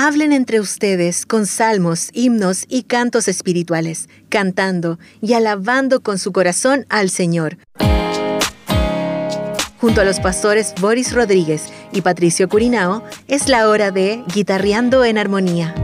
Hablen entre ustedes con salmos, himnos y cantos espirituales, cantando y alabando con su corazón al Señor. Junto a los pastores Boris Rodríguez y Patricio Curinao, es la hora de Guitarreando en Armonía.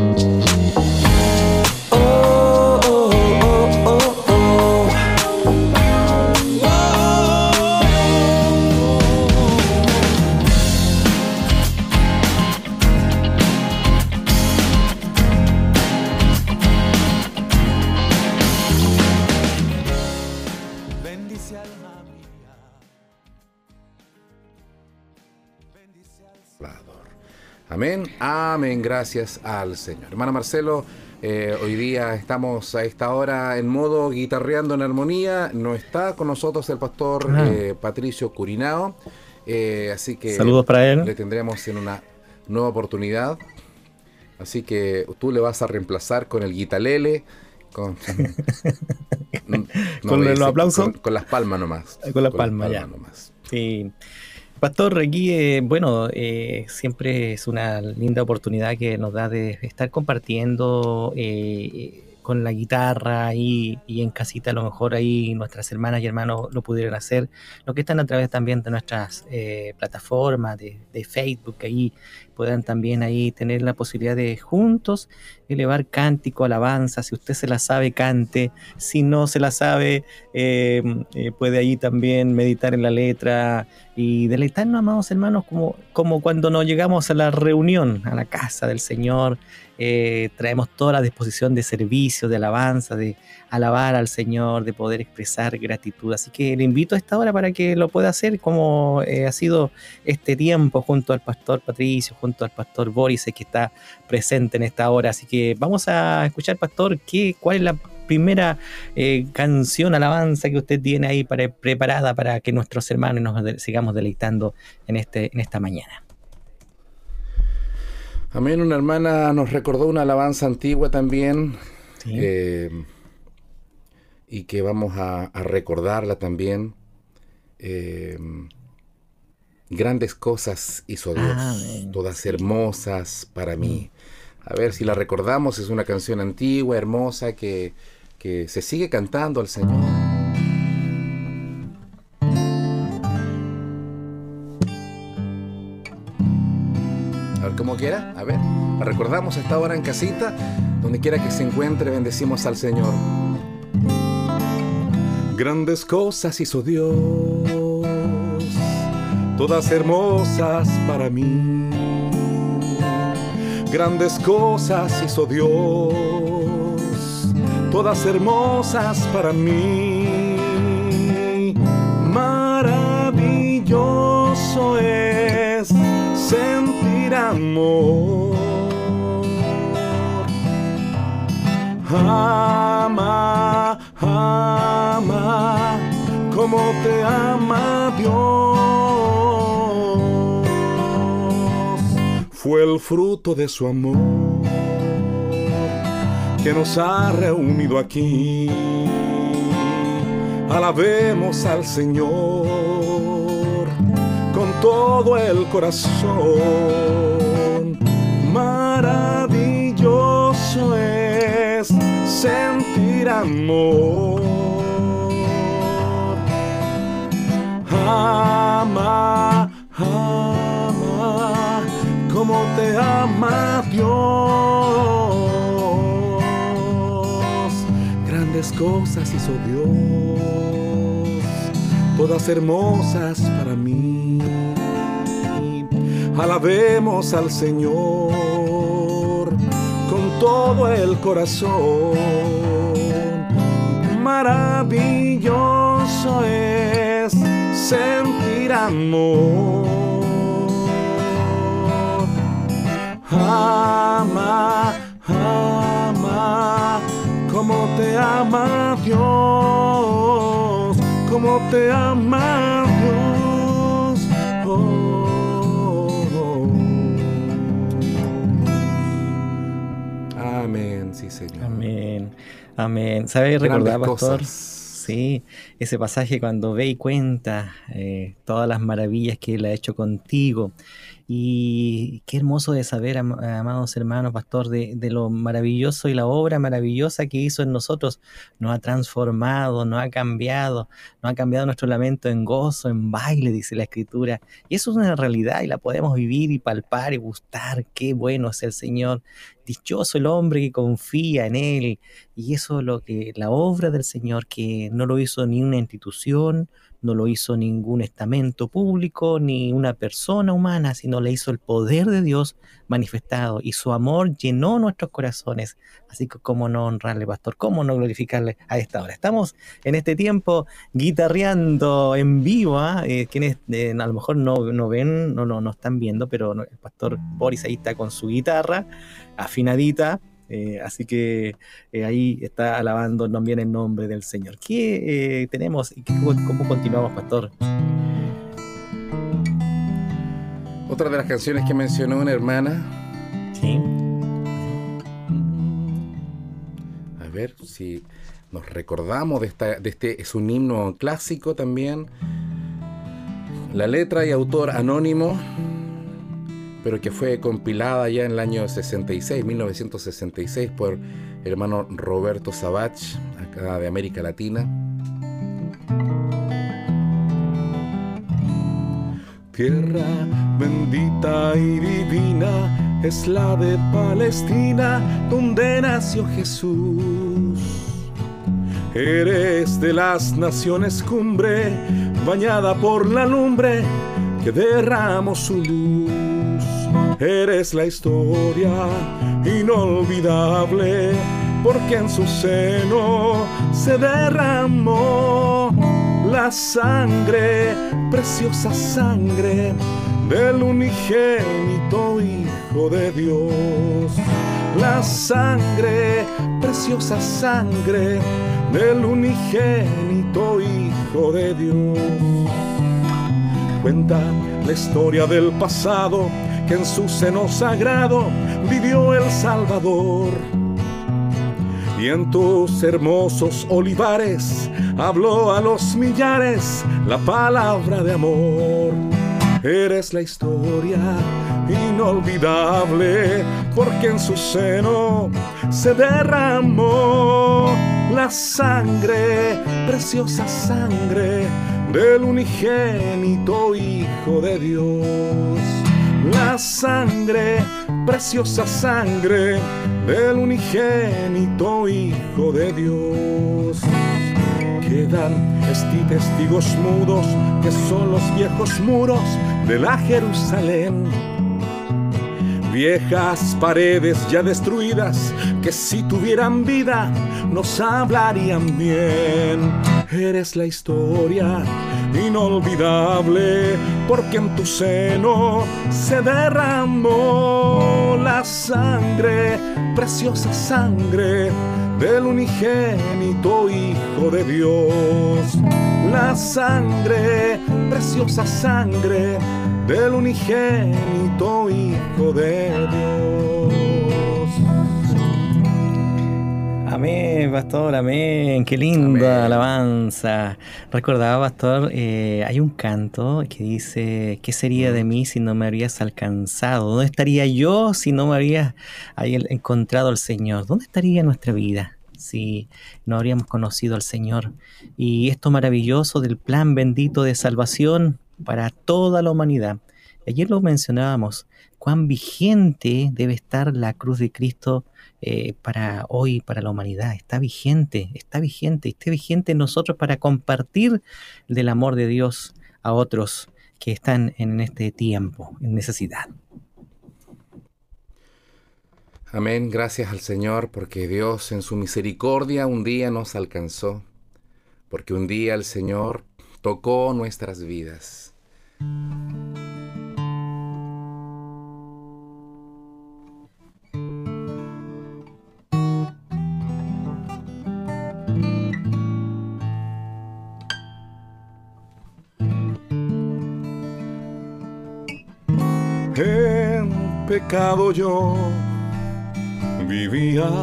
Amén, amén, gracias al Señor. Hermano Marcelo, hoy día estamos a esta hora en modo guitarreando en armonía. No está con nosotros el pastor Patricio Curinao, así que saludos para él. Le tendremos en una nueva oportunidad. Así que tú le vas a reemplazar con el guitalele, con los aplausos. Con las palmas nomás. Con las palmas ya. Nomás. Sí. Pastor, aquí, siempre es una linda oportunidad que nos da de estar compartiendo con la guitarra y en casita, a lo mejor ahí nuestras hermanas y hermanos lo pudieran hacer, los que están a través también de nuestras plataformas de Facebook, ahí puedan también ahí tener la posibilidad de juntos elevar cántico, alabanza. Si usted se la sabe, cante. Si no se la sabe, puede ahí también meditar en la letra y deleitarnos, amados hermanos, como cuando nos llegamos a la reunión, a la casa del Señor. Traemos toda la disposición de servicio, de alabanza, de alabar al Señor, de poder expresar gratitud. Así que le invito a esta hora para que lo pueda hacer, como ha sido este tiempo junto al pastor Patricio, junto al pastor Boris, que está presente en esta hora. Así que vamos a escuchar, pastor, cuál es la primera canción, alabanza que usted tiene ahí preparada para que nuestros hermanos nos sigamos deleitando en esta mañana. Amén. Una hermana nos recordó una alabanza antigua también, sí. Y que vamos a recordarla también. Grandes cosas hizo Dios, todas hermosas para mí. A ver si la recordamos. Es una canción antigua, hermosa, que se sigue cantando al Señor. A ver, como quiera, a ver, la recordamos a esta hora en casita, donde quiera que se encuentre, bendecimos al Señor. Grandes cosas hizo Dios, todas hermosas para mí. Grandes cosas hizo Dios, todas hermosas para mí. Maravilloso es sentir amor. Ama, ama, como te ama Dios. Fue el fruto de su amor que nos ha reunido aquí. Alabemos al Señor con todo el corazón. Maravilloso es sentir amor. Ama, ama, como te ama Dios. Grandes cosas hizo Dios, todas hermosas para mí. Alabemos al Señor con todo el corazón. Maravilloso es sentir amor. Ama, ama, como te ama Dios, como te ama Dios. Amén, sí, Señor. Amén, amén. ¿Sabes recordar, pastor? Sí, ese pasaje cuando ve y cuenta todas las maravillas que Él ha hecho contigo. Y qué hermoso de saber, amados hermanos, pastor, de lo maravilloso y la obra maravillosa que hizo en nosotros. Nos ha transformado, nos ha cambiado nuestro lamento en gozo, en baile, dice la Escritura. Y eso es una realidad y la podemos vivir y palpar y gustar. Qué bueno es el Señor. Dichoso el hombre que confía en Él. Y eso es la obra del Señor, que no lo hizo ni una institución, no lo hizo ningún estamento público, ni una persona humana, sino le hizo el poder de Dios manifestado, y su amor llenó nuestros corazones. Así que cómo no honrarle, pastor, cómo no glorificarle a esta hora. Estamos en este tiempo guitarreando en vivo, quienes a lo mejor no ven, no están viendo, pero el pastor Boris ahí está con su guitarra afinadita. Así que ahí está alabando también el nombre del Señor. ¿Qué tenemos y cómo continuamos, pastor? Otra de las canciones que mencionó una hermana. Sí. A ver si nos recordamos de este. Es un himno clásico también. La letra y autor anónimo, pero que fue compilada ya en el año 1966, por el hermano Roberto Savach, acá de América Latina. Tierra bendita y divina es la de Palestina, donde nació Jesús. Eres de las naciones cumbre, bañada por la lumbre que derramó su luz. Eres la historia inolvidable, porque en su seno se derramó la sangre, preciosa sangre del unigénito Hijo de Dios. La sangre, preciosa sangre del unigénito Hijo de Dios. Cuenta la historia del pasado, que en su seno sagrado vivió el Salvador. Y en tus hermosos olivares habló a los millares la palabra de amor. Eres la historia inolvidable, porque en su seno se derramó la sangre, preciosa sangre del unigénito Hijo de Dios. La sangre, preciosa sangre del unigénito Hijo de Dios. Quedan testigos mudos, que son los viejos muros de la Jerusalén. Viejas paredes ya destruidas, que si tuvieran vida nos hablarían bien. Eres la historia inolvidable, porque en tu seno se derramó la sangre, preciosa sangre del unigénito Hijo de Dios. La sangre, preciosa sangre del unigénito Hijo de Dios. Amén, pastor, amén. Qué linda alabanza. Recordaba, pastor, hay un canto que dice: ¿qué sería de mí si no me habrías alcanzado? ¿Dónde estaría yo si no me habrías encontrado al Señor? ¿Dónde estaría nuestra vida si no habríamos conocido al Señor? Y esto maravilloso del plan bendito de salvación para toda la humanidad. Ayer lo mencionábamos, cuán vigente debe estar la cruz de Cristo para hoy, para la humanidad. Está vigente en nosotros para compartir del amor de Dios a otros que están en este tiempo, en necesidad. Amén, gracias al Señor, porque Dios en su misericordia un día nos alcanzó, porque un día el Señor tocó nuestras vidas. En pecado yo vivía,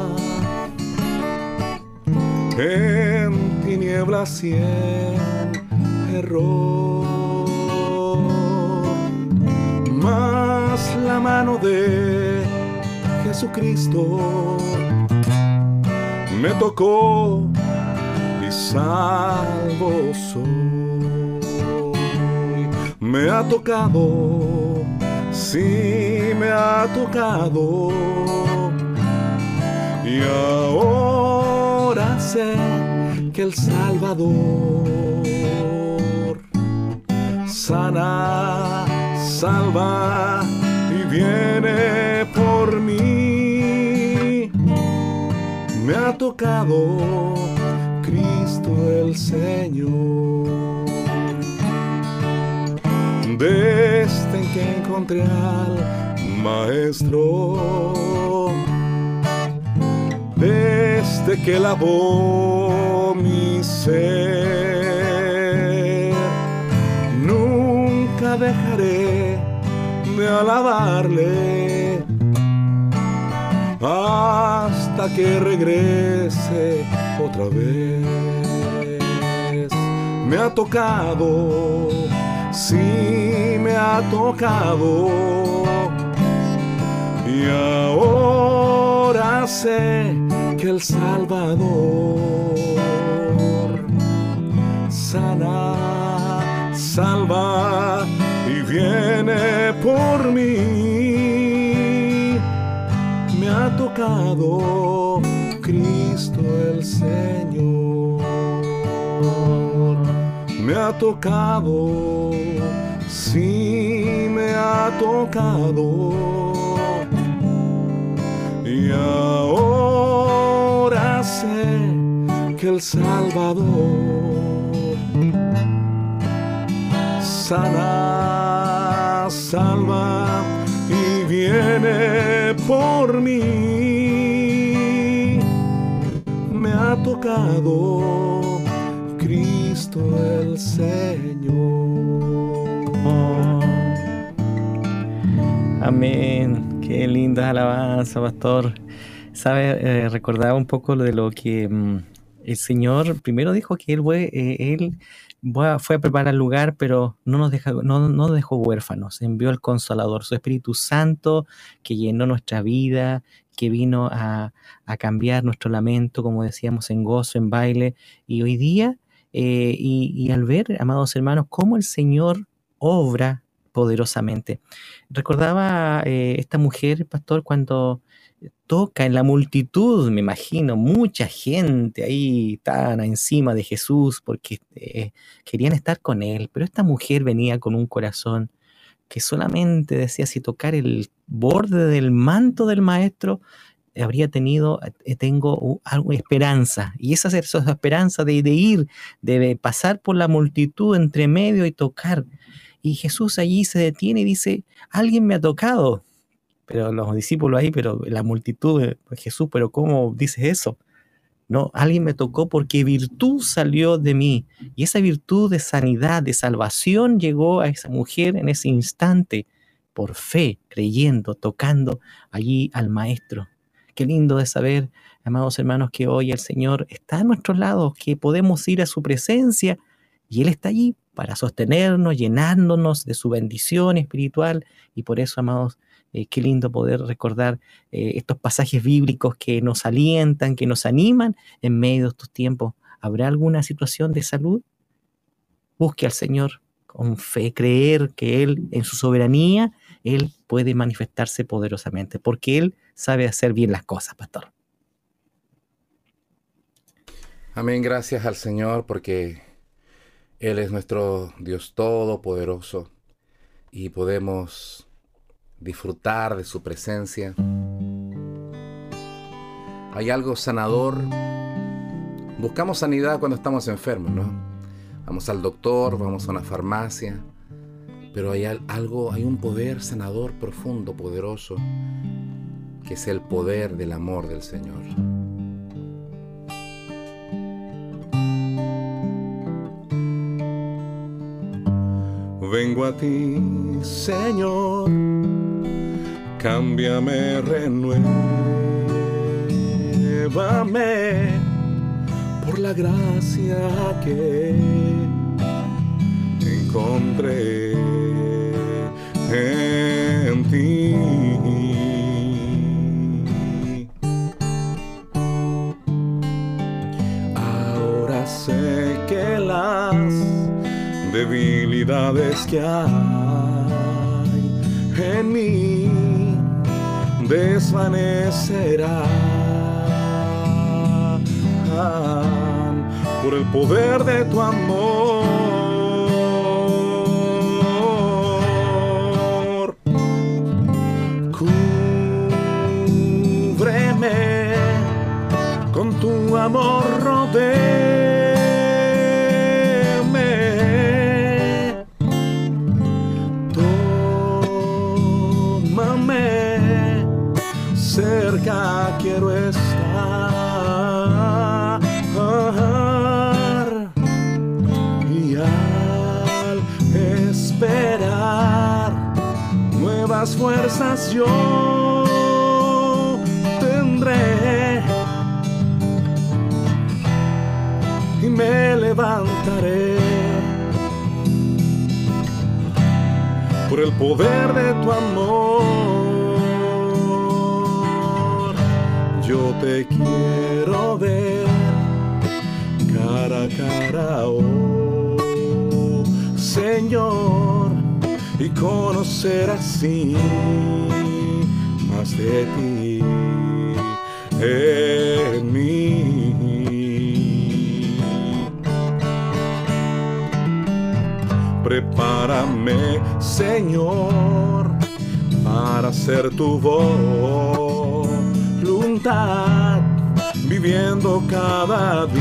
en tinieblas y en error, mas la mano de Jesucristo me tocó y salvo soy. Me ha tocado, sí me ha tocado, y ahora sé que el Salvador sana, salva y viene por mí. Me ha tocado Cristo el Señor. Desde que encontré al Maestro, desde que lavó mi ser, nunca dejaré de alabarle hasta que regrese otra vez. Me ha tocado, sí me ha tocado, y ahora sé que el Salvador sana, salva y viene por mí. Me ha tocado Cristo el Señor. Me ha tocado, sí me ha tocado, y ahora sé que el Salvador sana, salva y viene por mí. Me ha tocado Cristo el Señor. Amén. Qué linda alabanza, pastor. Sabe, recordaba un poco de lo que el Señor primero dijo, que Él fue a preparar el lugar, pero no nos dejó huérfanos. Envió el Consolador, su Espíritu Santo, que llenó nuestra vida, que vino a cambiar nuestro lamento, como decíamos, en gozo, en baile. Y hoy día, y al ver, amados hermanos, cómo el Señor obra poderosamente. Recordaba esta mujer, pastor, cuando toca en la multitud, me imagino, mucha gente ahí tan encima de Jesús porque querían estar con él, pero esta mujer venía con un corazón que solamente decía, si tocar el borde del manto del maestro, tengo algo esperanza, y esa esperanza de ir, de pasar por la multitud entre medio y tocar. Y Jesús allí se detiene y dice, alguien me ha tocado. Pero los discípulos ahí, pero la multitud, pues Jesús, pero ¿cómo dices eso? No, alguien me tocó porque virtud salió de mí. Y esa virtud de sanidad, de salvación llegó a esa mujer en ese instante, por fe, creyendo, tocando allí al Maestro. Qué lindo de saber, amados hermanos, que hoy el Señor está a nuestros lados, que podemos ir a su presencia y Él está allí para sostenernos, llenándonos de su bendición espiritual. Y por eso, amados, qué lindo poder recordar estos pasajes bíblicos que nos alientan, que nos animan en medio de estos tiempos. ¿Habrá alguna situación de salud? Busque al Señor con fe, creer que Él, en su soberanía, Él puede manifestarse poderosamente, porque Él sabe hacer bien las cosas, pastor. Amén, gracias al Señor, porque Él es nuestro Dios todopoderoso y podemos disfrutar de su presencia. Hay algo sanador. Buscamos sanidad cuando estamos enfermos, ¿no? Vamos al doctor, vamos a una farmacia, pero hay un poder sanador profundo, poderoso, que es el poder del amor del Señor. Vengo a ti, Señor, cámbiame, renuévame por la gracia que encontré en en ti. Ahora sé que las debilidades que hay en mí desvanecerán por el poder de tu amor. Cúbreme con tu amor, rodéame. Tómame cerca, quiero estar. Y al esperar nuevas fuerzas yo tendré, y me levantaré por el poder de tu amor. Yo te quiero ver cara a cara, oh Señor, y conocer así más de ti en mí. Prepárame, Señor, para hacer tu voluntad, viviendo cada día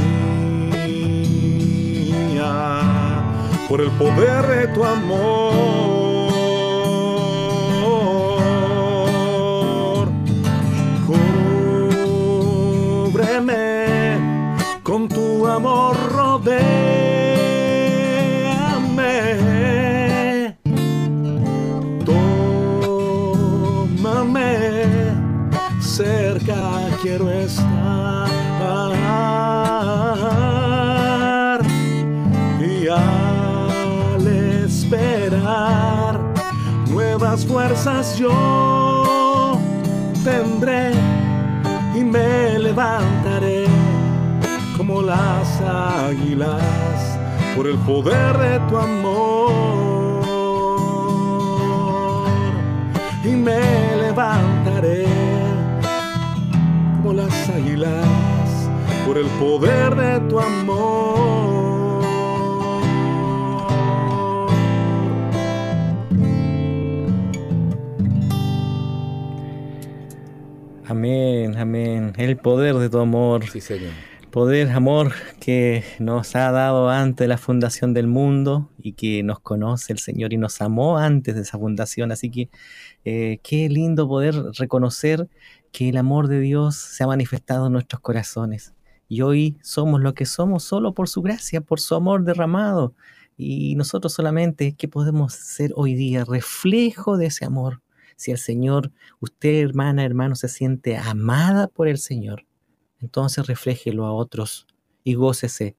por el poder de tu amor. Cúbreme con tu amor, rodéame. Tómame cerca, quiero estar. Y al esperar nuevas fuerzas yo tendré, y me levantaré como las águilas por el poder de tu amor. Y me levantaré como las águilas por el poder de tu amor. Amén, amén. El poder de tu amor. Sí, Señor. Poder, amor, que nos ha dado antes de la fundación del mundo y que nos conoce el Señor y nos amó antes de esa fundación. Así que qué lindo poder reconocer que el amor de Dios se ha manifestado en nuestros corazones. Y hoy somos lo que somos solo por su gracia, por su amor derramado. Y nosotros solamente, ¿qué podemos ser hoy día? Reflejo de ese amor. Si el Señor, usted, hermana, hermano, se siente amada por el Señor, entonces refléjelo a otros y gócese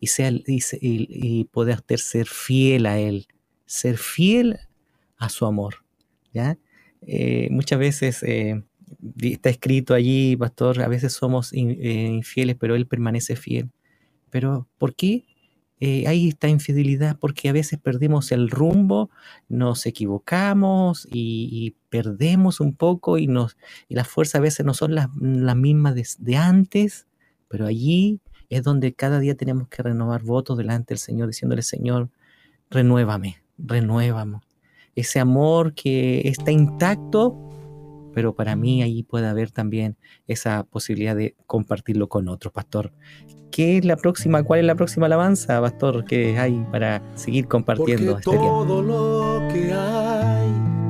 y poder ser fiel a Él, ser fiel a su amor, ¿ya? Muchas veces está escrito allí, pastor, a veces somos infieles, pero Él permanece fiel. ¿Pero por qué hay esta infidelidad? Porque a veces perdemos el rumbo, nos equivocamos y perdemos un poco y las fuerzas a veces no son las mismas de antes, pero allí es donde cada día tenemos que renovar votos delante del Señor, diciéndole: Señor, renuévame. Ese amor que está intacto, pero para mí allí puede haber también esa posibilidad de compartirlo con otros, pastor. ¿Qué es la próxima? ¿Cuál es la próxima alabanza, pastor, que hay para seguir compartiendo Porque este tiempo? todo lo que hay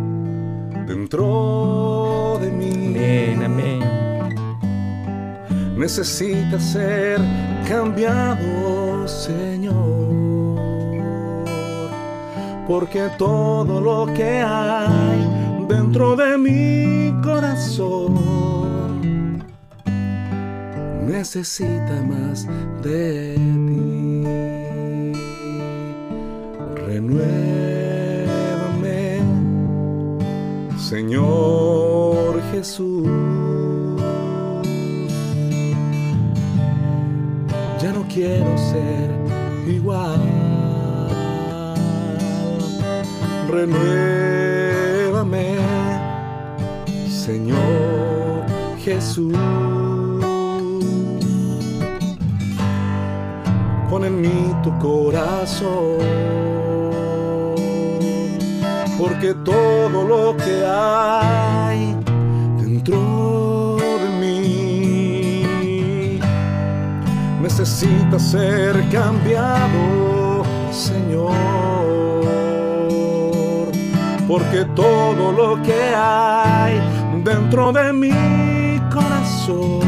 dentro de mí, Amén, amén, necesita ser cambiado, Señor. Porque todo lo que hay dentro de mi corazón necesita más de ti. Renuévame, Señor Jesús. Ya no quiero ser igual. Renuévame, Señor Jesús. Pon en mí tu corazón, porque todo lo que hay dentro de mí necesita ser cambiado, Señor, porque todo lo que hay dentro de mi corazón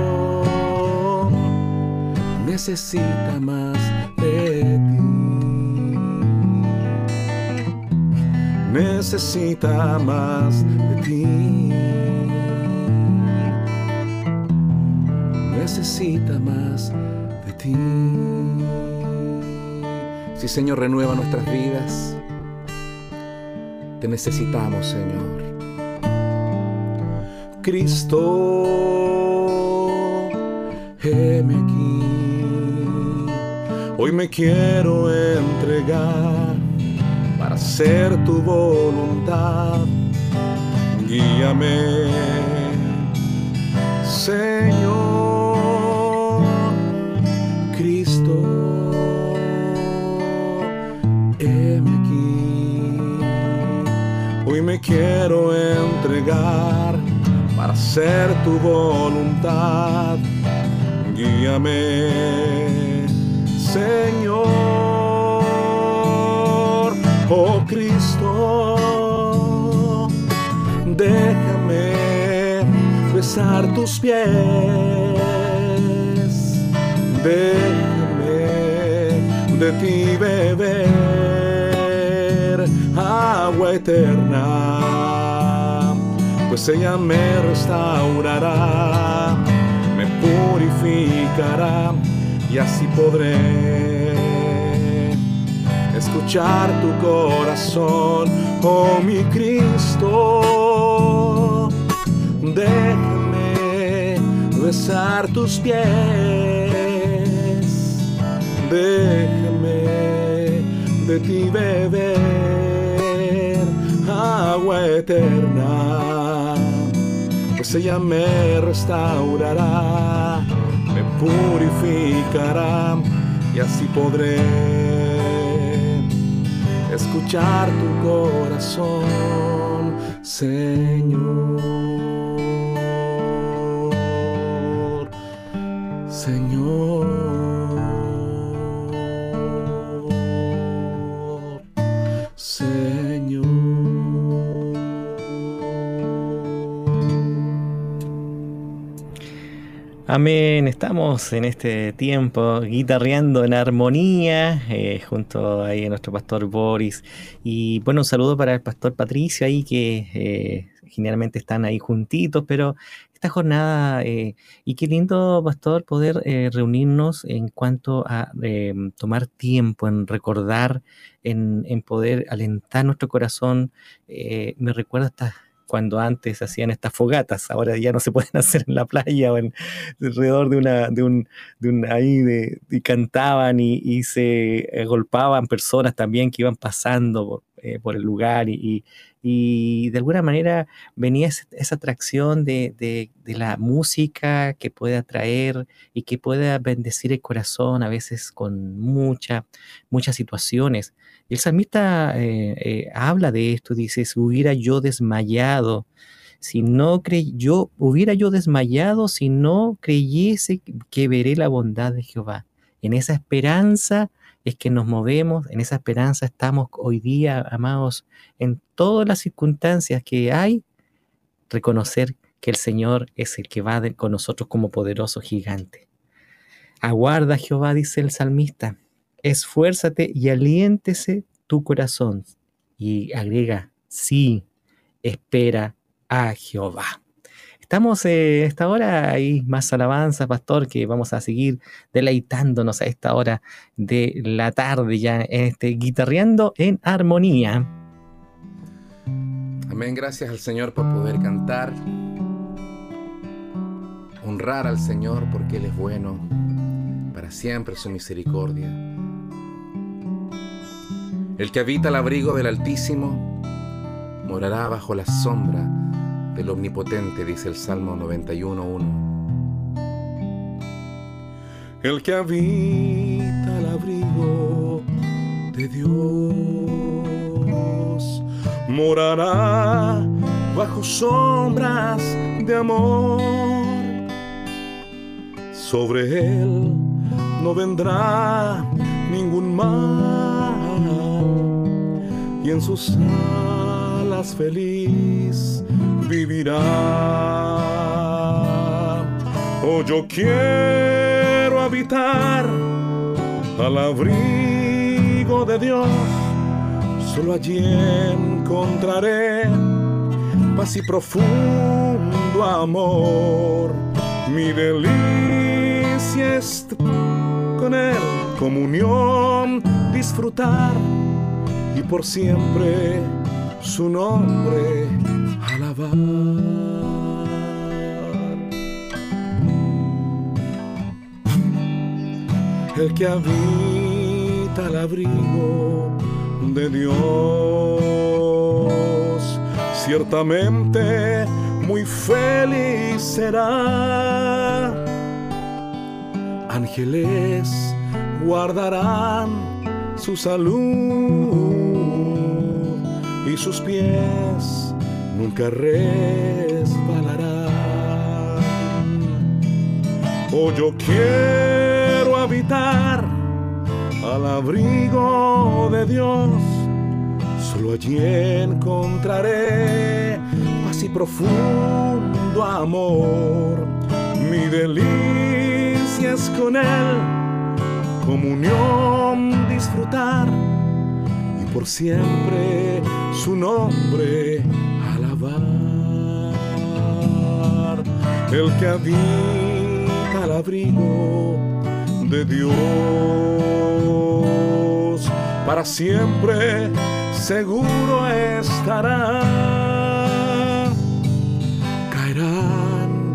necesita más de ti. Necesita más de ti. Necesita más de ti. Sí, Señor, renueva nuestras vidas. Te necesitamos, Señor. Cristo, heme aquí. Hoy me quiero entregar para hacer tu voluntad. Guíame, Señor. Cristo, heme aquí. Hoy me quiero entregar para hacer tu voluntad. Guíame, Señor. Oh Cristo, déjame besar tus pies. Déjame de ti beber agua eterna, pues ella me restaurará, me purificará y así podré escuchar tu corazón, oh mi Cristo. Déjame besar tus pies, déjame de ti beber agua eterna, pues ella me restaurará, me purificará y así podré escuchar tu corazón, Señor. Señor, Señor. Amén, estamos en este tiempo guitarreando en armonía junto ahí a nuestro pastor Boris. Y bueno, un saludo para el pastor Patricio ahí que generalmente están ahí juntitos, pero esta jornada, y qué lindo, pastor, poder reunirnos en cuanto a tomar tiempo en recordar, en poder alentar nuestro corazón. Me recuerda hasta cuando antes hacían estas fogatas, ahora ya no se pueden hacer en la playa o alrededor y cantaban y se agolpaban personas también que iban pasando por el lugar y de alguna manera venía esa atracción de la música que puede atraer y que pueda bendecir el corazón a veces con muchas situaciones. Y el salmista habla de esto, dice: si hubiera yo desmayado, si no creyese que veré la bondad de Jehová. En esa esperanza es que nos movemos, en esa esperanza estamos hoy día, amados, en todas las circunstancias que hay, reconocer que el Señor es el que va con nosotros como poderoso gigante. Aguarda, Jehová, dice el salmista, esfuérzate y aliéntese tu corazón. Y agrega, sí, espera a Jehová. Estamos en esta hora, hay más alabanza, pastor, que vamos a seguir deleitándonos a esta hora de la tarde ya en guitarreando en armonía. Amén, gracias al Señor por poder cantar, honrar al Señor porque Él es bueno, para siempre su misericordia. El que habita al abrigo del Altísimo morará bajo la sombra del Omnipotente, dice el Salmo 91:1. El que habita al abrigo de Dios morará bajo sombras de amor. Sobre él no vendrá ningún mal, y en sus alas feliz vivirá. Oh, yo quiero habitar al abrigo de Dios, solo allí encontraré paz y profundo amor. Mi delicia es con Él, comunión, disfrutar y por siempre su nombre alabar. El que habita al abrigo de Dios ciertamente muy feliz será. Ángeles guardarán su salud y sus pies nunca resbalarán. Oh, yo quiero habitar al abrigo de Dios, solo allí encontraré paz y profundo amor. Mi delicia es con Él, comunión, disfrutar y por siempre su nombre alabar. El que habita al abrigo de Dios para siempre seguro estará. Caerán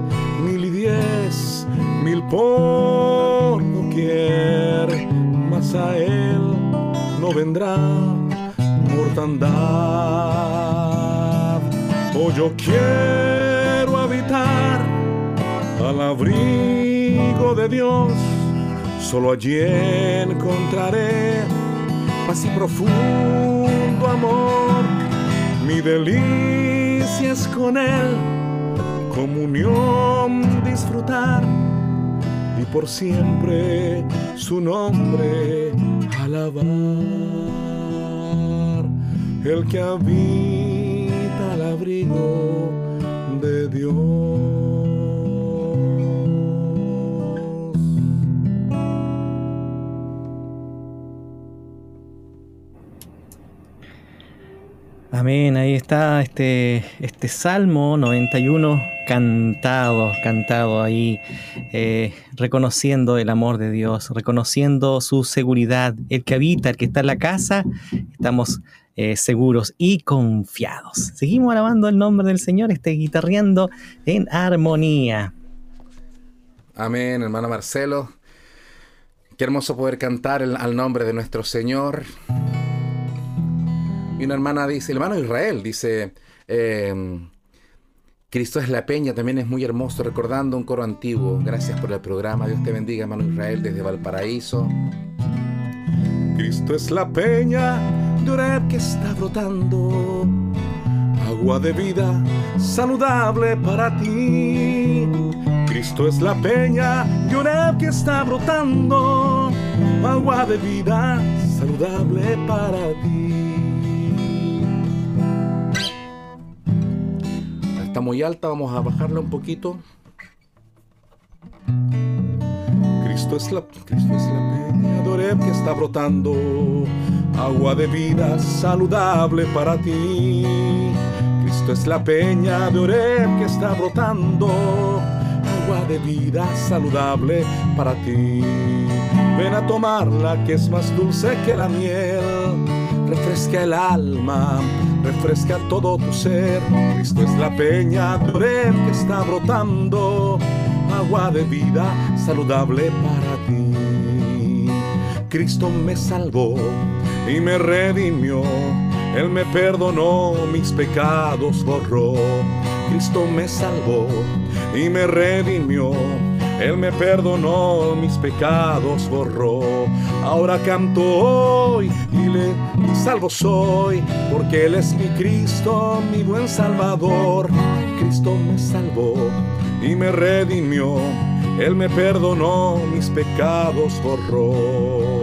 1000 por doquier, mas a él no vendrá mortandad. Oh, yo quiero habitar al abrigo de Dios, solo allí encontraré paz y profundo amor. Mi delicia es con Él, comunión, disfrutar y por siempre su nombre alabar. El que habita al abrigo de Dios. Amén, ahí está este Salmo 91 cantado ahí, reconociendo el amor de Dios, reconociendo su seguridad. El que habita, el que está en la casa, estamos seguros y confiados. Seguimos alabando el nombre del Señor, guitarreando en armonía. Amén, hermano Marcelo. Qué hermoso poder cantar al nombre de nuestro Señor. Y una hermana dice, el hermano Israel dice, Cristo es la peña, también es muy hermoso, recordando un coro antiguo. Gracias por el programa, Dios te bendiga, hermano Israel, desde Valparaíso. Cristo es la peña de Oreb que está brotando, agua de vida saludable para ti. Cristo es la peña de Oreb que está brotando, agua de vida saludable para ti. Está muy alta, vamos a bajarla un poquito. Cristo es la peña de Oreb que está brotando, agua de vida saludable para ti. Cristo es la peña de Oreb que está brotando, agua de vida saludable para ti. Ven a tomarla que es más dulce que la miel, refresca el alma, refresca todo tu ser. Cristo es la peña de Oreb que está brotando, agua de vida saludable para ti. Cristo me salvó y me redimió, Él me perdonó, mis pecados borró. Cristo me salvó y me redimió, Él me perdonó, mis pecados borró. Ahora canto hoy y salvo soy, porque Él es mi Cristo, mi buen Salvador. Cristo me salvó y me redimió, Él me perdonó, mis pecados borró.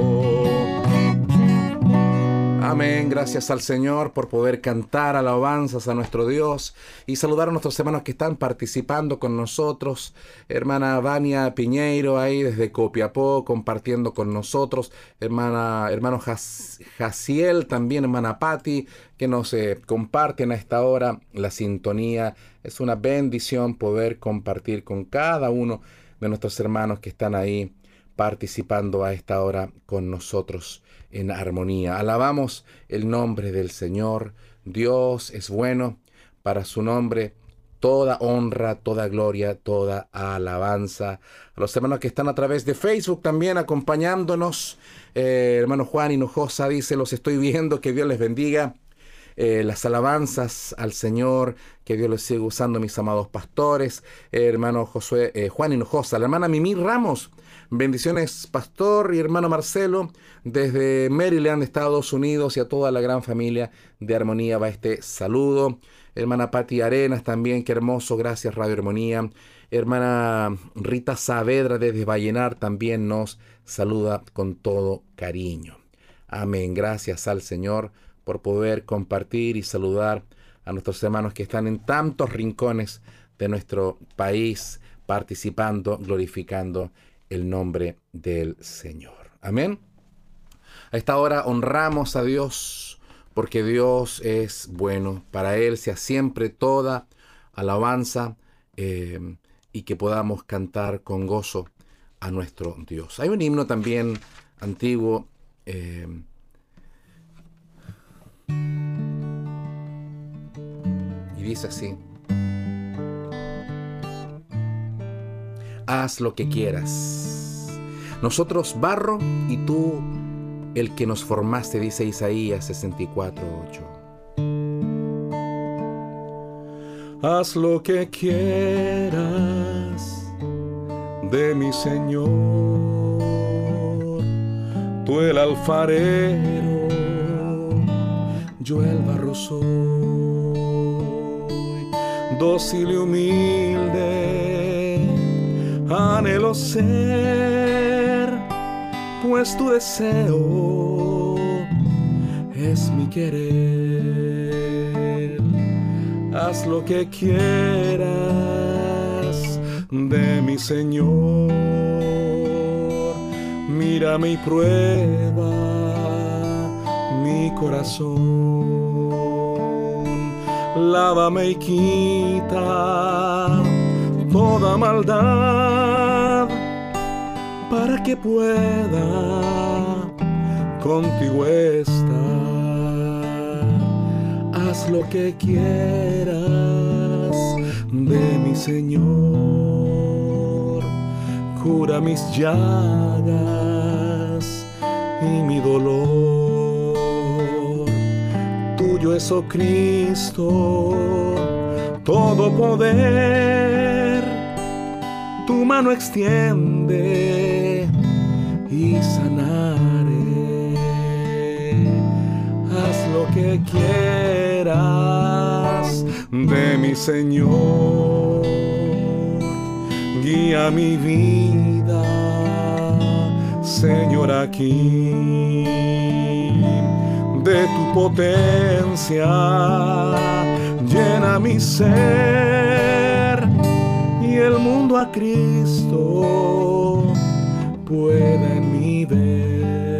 Amén, gracias al Señor por poder cantar alabanzas a nuestro Dios y saludar a nuestros hermanos que están participando con nosotros. Hermana Vania Piñeiro ahí desde Copiapó compartiendo con nosotros. Hermano Jaciel, también hermana Patti, que nos comparten a esta hora la sintonía. Es una bendición poder compartir con cada uno de nuestros hermanos que están ahí participando a esta hora con nosotros en armonía. Alabamos el nombre del Señor. Dios es bueno, para su nombre toda honra, toda gloria, toda alabanza. A los hermanos que están a través de Facebook también acompañándonos. Hermano Juan Hinojosa dice: los estoy viendo, que Dios les bendiga. Las alabanzas al Señor, que Dios les siga usando, mis amados pastores. Hermano Juan Hinojosa, la hermana Mimi Ramos, bendiciones pastor y hermano Marcelo, desde Maryland, Estados Unidos, y a toda la gran familia de Armonía va este saludo. Hermana Patti Arenas también, qué hermoso, gracias Radio Armonía. Hermana Rita Saavedra desde Vallenar también nos saluda con todo cariño. Amén, gracias al Señor por poder compartir y saludar a nuestros hermanos que están en tantos rincones de nuestro país, participando, glorificando el nombre del Señor. Amén. A esta hora honramos a Dios, porque Dios es bueno. Para Él sea siempre toda alabanza, y que podamos cantar con gozo a nuestro Dios. Hay un himno también antiguo, y dice así: haz lo que quieras, nosotros barro y tú el que nos formaste, dice Isaías 64:8. Haz lo que quieras de mi Señor, tú el alfarero, yo el barro soy, dócil y humilde, anhelo ser, pues tu deseo es mi querer. Haz lo que quieras de mi Señor, mírame y prueba mi corazón, lávame y quita toda maldad, para que pueda contigo estar. Haz lo que quieras de mi Señor, cura mis llagas y mi dolor. Tuyo es, oh Cristo, todo poder, tu mano extiende y sanaré. Haz lo que quieras de mi Señor, guía mi vida, Señor, aquí. De tu potencia llena mi ser, y el mundo a Cristo pueda en mí ver.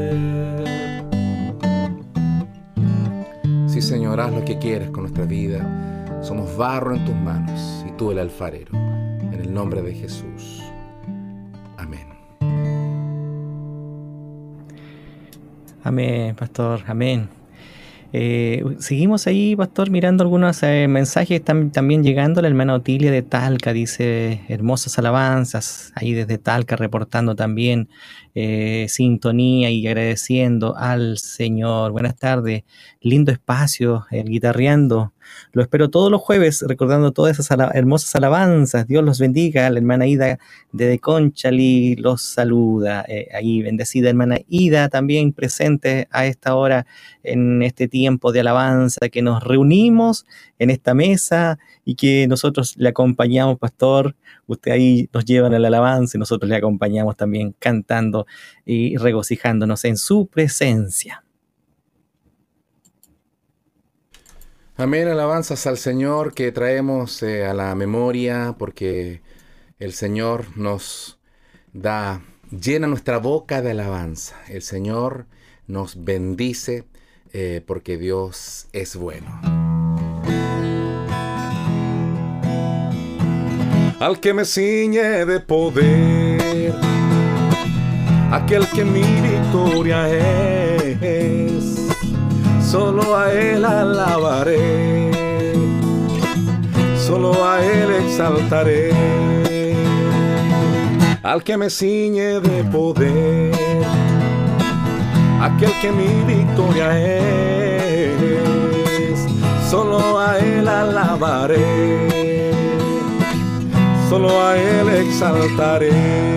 Sí, Señor, haz lo que quieras con nuestra vida. Somos barro en tus manos y tú el alfarero. En el nombre de Jesús. Amén. Amén, pastor, amén. Seguimos ahí, pastor, mirando algunos mensajes que están también llegando. La hermana Otilia de Talca dice hermosas alabanzas, ahí desde Talca reportando también sintonía y agradeciendo al Señor. Buenas tardes, lindo espacio, el guitarreando. Lo espero todos los jueves, recordando todas esas hermosas alabanzas. Dios los bendiga. La hermana Ida de Conchali los saluda. Ahí bendecida hermana Ida, también presente a esta hora en este tiempo de alabanza, que nos reunimos en esta mesa y que nosotros le acompañamos, pastor. Usted ahí nos lleva a la alabanza y nosotros le acompañamos también cantando y regocijándonos en su presencia. Amén, alabanzas al Señor que traemos a la memoria, porque el Señor nos llena nuestra boca de alabanza. El Señor nos bendice porque Dios es bueno. Al que me ciñe de poder, aquel que mi victoria es, solo a Él alabaré, solo a Él exaltaré. Al que me ciñe de poder, aquel que mi victoria es, solo a Él alabaré, solo a Él exaltaré.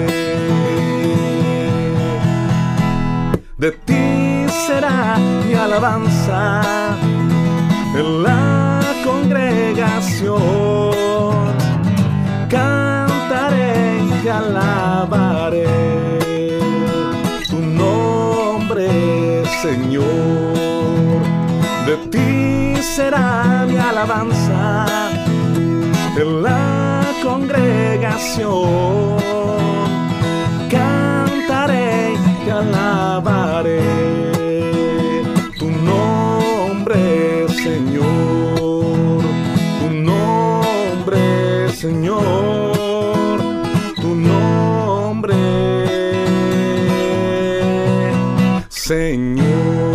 De ti será mi alabanza en la congregación. Cantaré y te alabaré tu nombre, Señor. De ti será mi alabanza en la congregación. Cantaré y te alabaré tu nombre, Señor. Tu nombre, Señor. Tu nombre, Señor.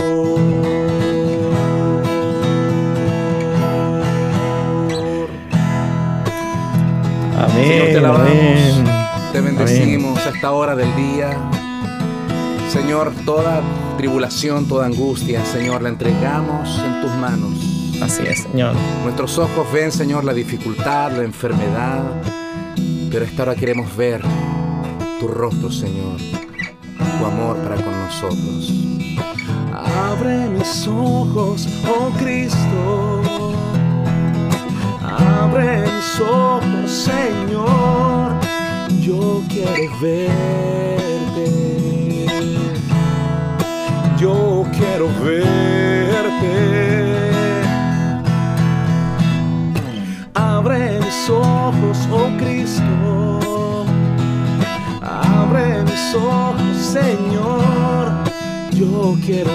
Amén. Señor, te alabamos, Amén. te bendecimos a esta hora del día. Señor, toda tribulación, toda angustia, Señor, la entregamos en tus manos. Así es, Señor. Nuestros ojos ven, Señor, la dificultad, la enfermedad, pero a esta hora queremos ver tu rostro, Señor, tu amor para con nosotros. Abre mis ojos, oh Cristo. Abre mis ojos, Señor. Yo quiero verte. Yo quiero verte. Abre mis ojos, oh Cristo. Abre mis ojos, Señor. Yo quiero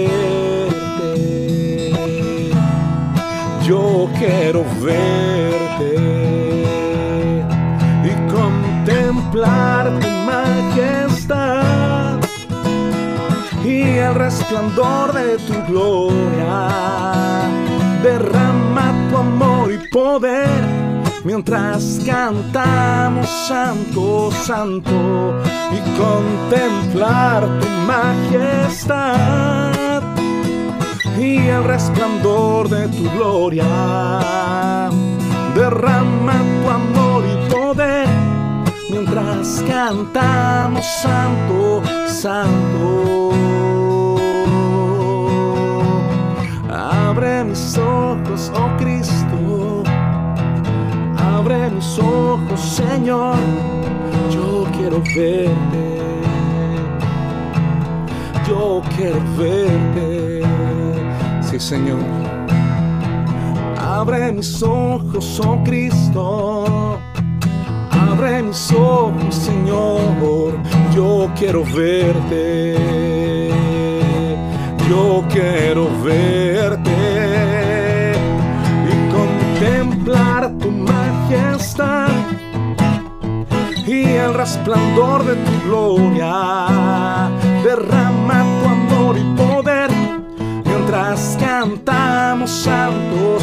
verte. Yo quiero verte y contemplar tu majestad y el resplandor de tu gloria. Derrama tu amor y poder mientras cantamos Santo, Santo, y contemplar tu majestad y el resplandor de tu gloria. Derrama tu amor y poder mientras cantamos Santo, Santo. Abre mis ojos, oh Cristo. Abre mis ojos, Señor. Yo quiero verte. Yo quiero verte. Sí, Señor. Abre mis ojos, oh Cristo. Abre mis ojos, Señor. Yo quiero verte. Yo quiero verte y contemplar tu majestad y el resplandor de tu gloria. Derrama tu amor y poder mientras cantamos santo,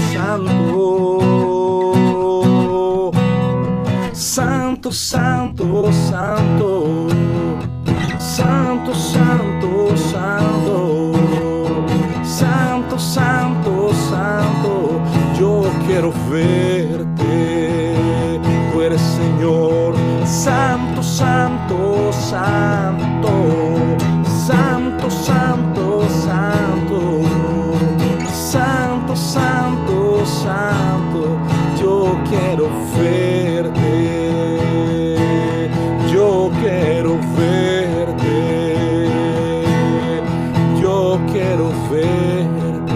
santo, santo, santo, santo, santo, santo, santo, santo, santo, santo. Yo quiero verte, tú eres Señor, santo, santo, santo, santo, santo, santo, santo, santo, santo. Yo quiero verte, yo quiero verte, yo quiero verte.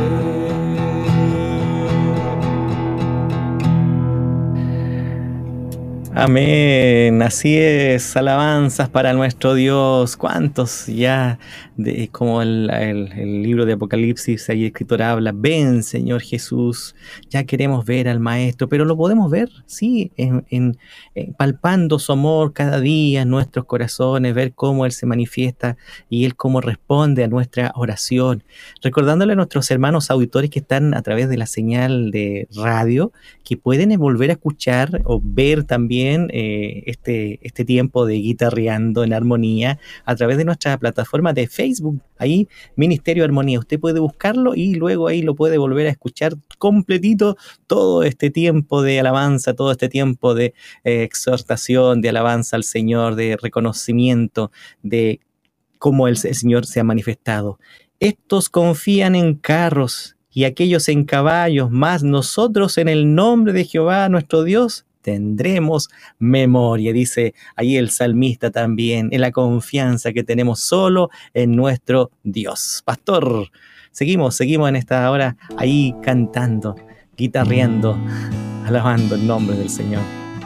Amén, así es, alabanzas para nuestro Dios. ¿Cuántos ya, como el libro de Apocalipsis, ahí el escritor habla, ven Señor Jesús, ya queremos ver al Maestro, pero lo podemos ver, sí, palpando su amor cada día en nuestros corazones, ver cómo Él se manifiesta y Él cómo responde a nuestra oración. Recordándole a nuestros hermanos auditores que están a través de la señal de radio, que pueden volver a escuchar o ver también este tiempo de guitarreando en armonía a través de nuestra plataforma de Facebook, ahí Ministerio Armonía. Usted puede buscarlo y luego ahí lo puede volver a escuchar completito, todo este tiempo de alabanza, todo este tiempo de exhortación, de alabanza al Señor, de reconocimiento de cómo el Señor se ha manifestado. Estos confían en carros y aquellos en caballos, mas nosotros en el nombre de Jehová nuestro Dios tendremos memoria, dice ahí el salmista también, en la confianza que tenemos solo en nuestro Dios. Pastor, seguimos en esta hora ahí cantando, guitarreando, alabando el nombre del Señor.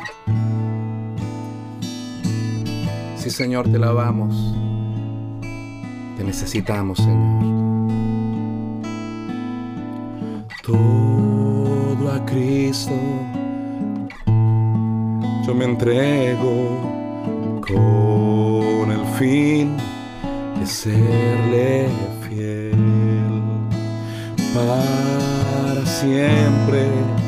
Sí, Señor, te alabamos, te necesitamos, Señor. Todo a Cristo yo me entrego con el fin de serle fiel para siempre.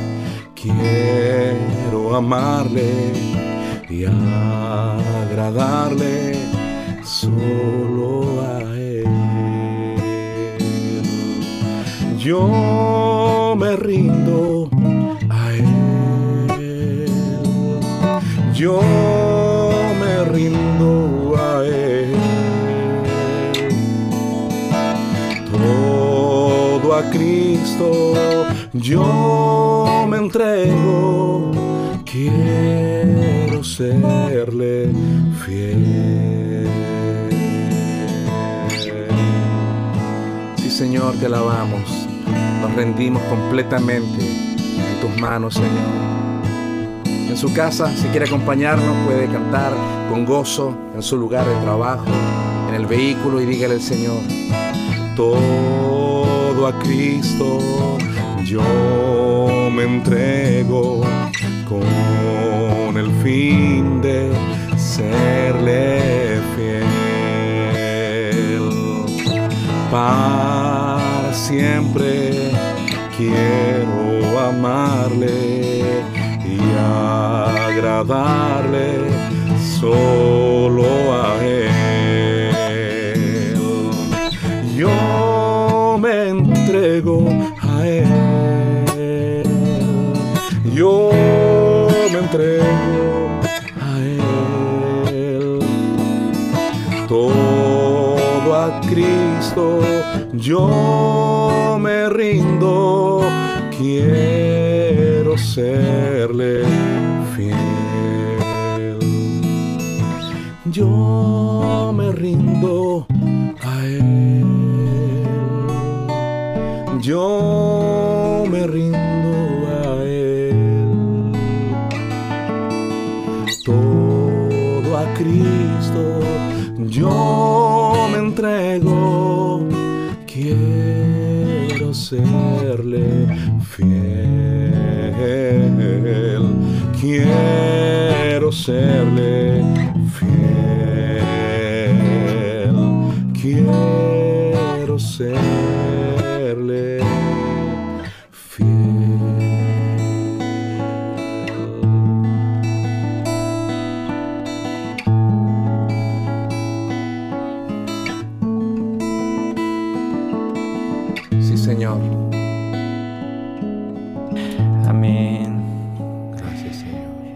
Quiero amarle y agradarle solo a Él. Yo me rindo a Él. Yo me rindo a Él, todo a Cristo yo me entrego, quiero serle fiel. Sí, Señor, te alabamos, nos rendimos completamente en tus manos, Señor. En su casa, si quiere acompañarnos, puede cantar con gozo en su lugar de trabajo, en el vehículo, y dígale al Señor: todo a Cristo yo me entrego con el fin de serle fiel para siempre. Quiero amarle y agradarle solo a Él. Yo me entrego a Él. Yo me entrego a Él. Todo a Cristo yo me rindo. Quiero serle fiel. Yo me rindo a Él. Yo me rindo a Él. Todo a Cristo yo me entrego. Quiero serle fiel, quiero serle fiel, quiero serle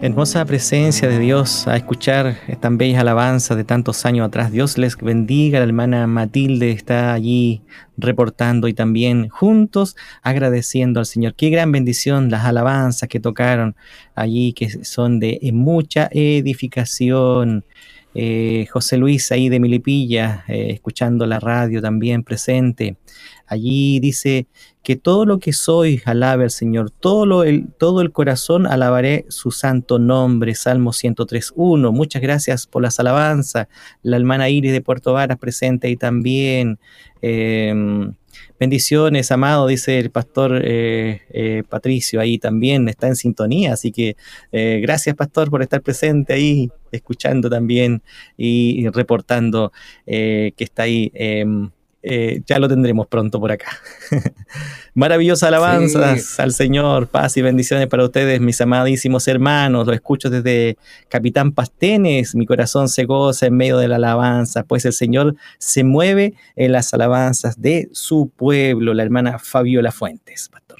Hermosa presencia de Dios a escuchar tan bellas alabanzas de tantos años atrás. Dios les bendiga. La hermana Matilde está allí reportando y también juntos agradeciendo al Señor. Qué gran bendición las alabanzas que tocaron allí, que son de mucha edificación. José Luis ahí de Milipilla, escuchando la radio también presente. Allí dice que todo lo que soy alabe al Señor, todo el corazón alabaré su santo nombre. Salmo 103:1. Muchas gracias por las alabanzas. La hermana Iris de Puerto Varas presente ahí también. Bendiciones, amado, dice el pastor Patricio, ahí también está en sintonía, así que gracias, pastor, por estar presente ahí, escuchando también y reportando que está ahí. Ya lo tendremos pronto por acá. Maravillosas alabanzas al Señor, paz y bendiciones para ustedes, mis amadísimos hermanos. Lo escucho desde Capitán Pastenes, mi corazón se goza en medio de la alabanza, pues el Señor se mueve en las alabanzas de su pueblo. La hermana Fabiola Fuentes, pastor.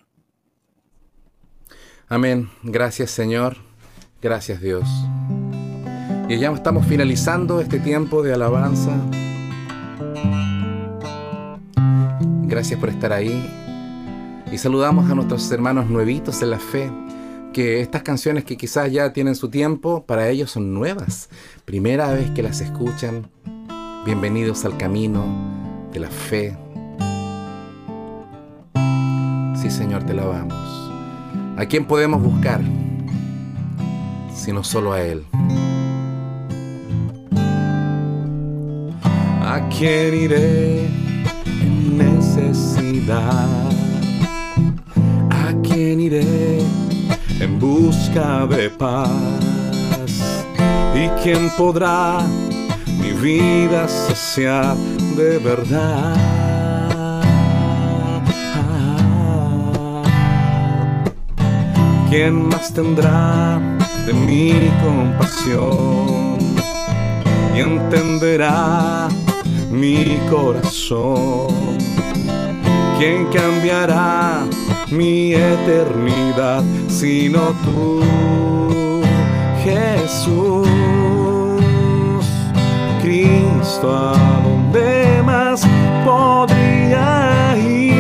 Amén. Gracias, Señor. Gracias, Dios. Y ya estamos finalizando este tiempo de alabanza. Gracias por estar ahí. Y saludamos a nuestros hermanos nuevitos en la fe, que estas canciones que quizás ya tienen su tiempo, para ellos son nuevas. Primera vez que las escuchan. Bienvenidos al camino de la fe. Sí, Señor, te alabamos. ¿A quién podemos buscar? Sino solo a Él. ¿A quién iré en necesidad? ¿A quién iré en busca de paz? ¿Y quién podrá mi vida saciar de verdad? ¿Quién más tendrá de mi compasión y entenderá mi corazón? ¿Quién cambiará mi eternidad sino tú, Jesús? Cristo, ¿a dónde más podría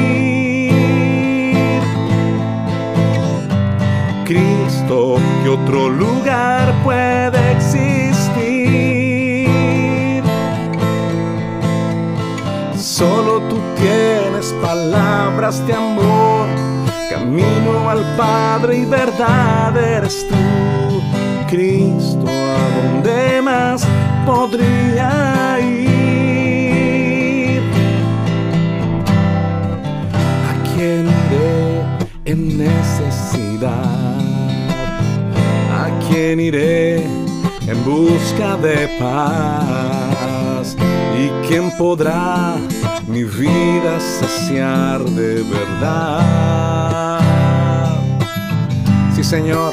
ir? Cristo, ¿qué otro lugar puede existir? Solo tú tienes palabras de amor, camino al Padre y verdad eres tú. Cristo, ¿a dónde más podría ir? ¿A quién iré en necesidad? ¿A quién iré en busca de paz? ¿Y quién podrá mi vida saciar de verdad? Sí, Señor.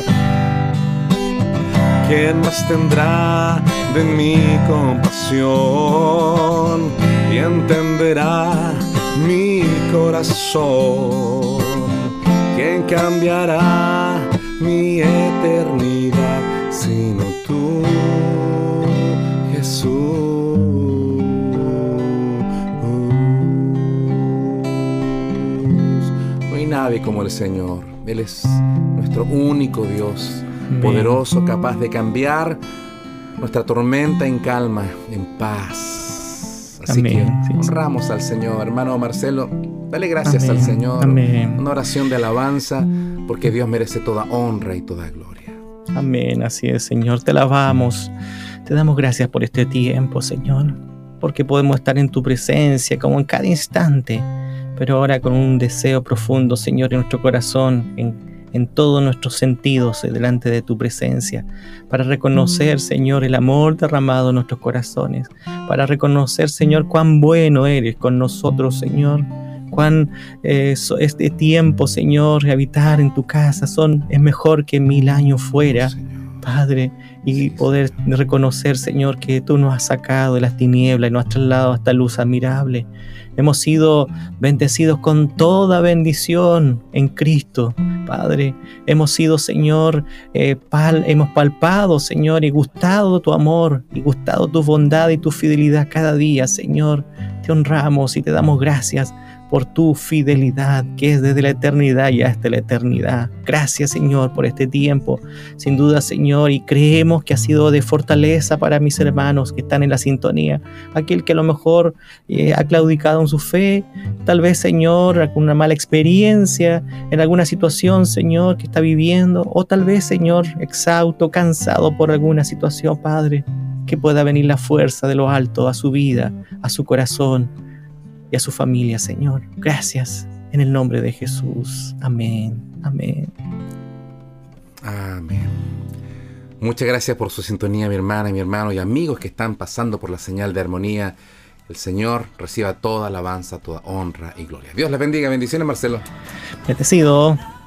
¿Quién más tendrá de mi compasión y entenderá mi corazón? ¿Quién cambiará mi eternidad sino tú, Jesús? No hay nadie como el Señor. Él es nuestro único Dios, poderoso, capaz de cambiar nuestra tormenta en calma, en paz. Así que honramos al Señor. Hermano Marcelo, dale gracias al Señor. Una oración de alabanza, porque Dios merece toda honra y toda gloria. Amén, así es, Señor. Te alabamos, te damos gracias por este tiempo, Señor, porque podemos estar en tu presencia como en cada instante, pero ahora con un deseo profundo, Señor, en nuestro corazón, en todos nuestros sentidos, delante de tu presencia, para reconocer, Señor, el amor derramado en nuestros corazones, para reconocer, Señor, cuán bueno eres con nosotros, Señor, cuán este tiempo, Señor, de habitar en tu casa es mejor que 1000 años fuera. Padre, y poder reconocer, Señor, que tú nos has sacado de las tinieblas y nos has trasladado a esta luz admirable. Hemos sido bendecidos con toda bendición en Cristo, Padre. Hemos sido, Señor, hemos palpado, Señor, y gustado tu amor, y gustado tu bondad y tu fidelidad cada día, Señor. Te honramos y te damos gracias por tu fidelidad, que es desde la eternidad y hasta la eternidad. Gracias, Señor, por este tiempo. Sin duda, Señor, y creemos que ha sido de fortaleza para mis hermanos que están en la sintonía. Aquel que a lo mejor ha claudicado en su fe, tal vez, Señor, alguna mala experiencia en alguna situación, Señor, que está viviendo, o tal vez, Señor, exhausto, cansado por alguna situación, Padre, que pueda venir la fuerza de lo alto a su vida, a su corazón y a su familia, Señor. Gracias, en el nombre de Jesús. Amén, amén. Amén. Muchas gracias por su sintonía, mi hermana, mi hermano y amigos que están pasando por la señal de armonía. El Señor reciba toda alabanza, toda honra y gloria. Dios les bendiga. Bendiciones, Marcelo. Bendecido.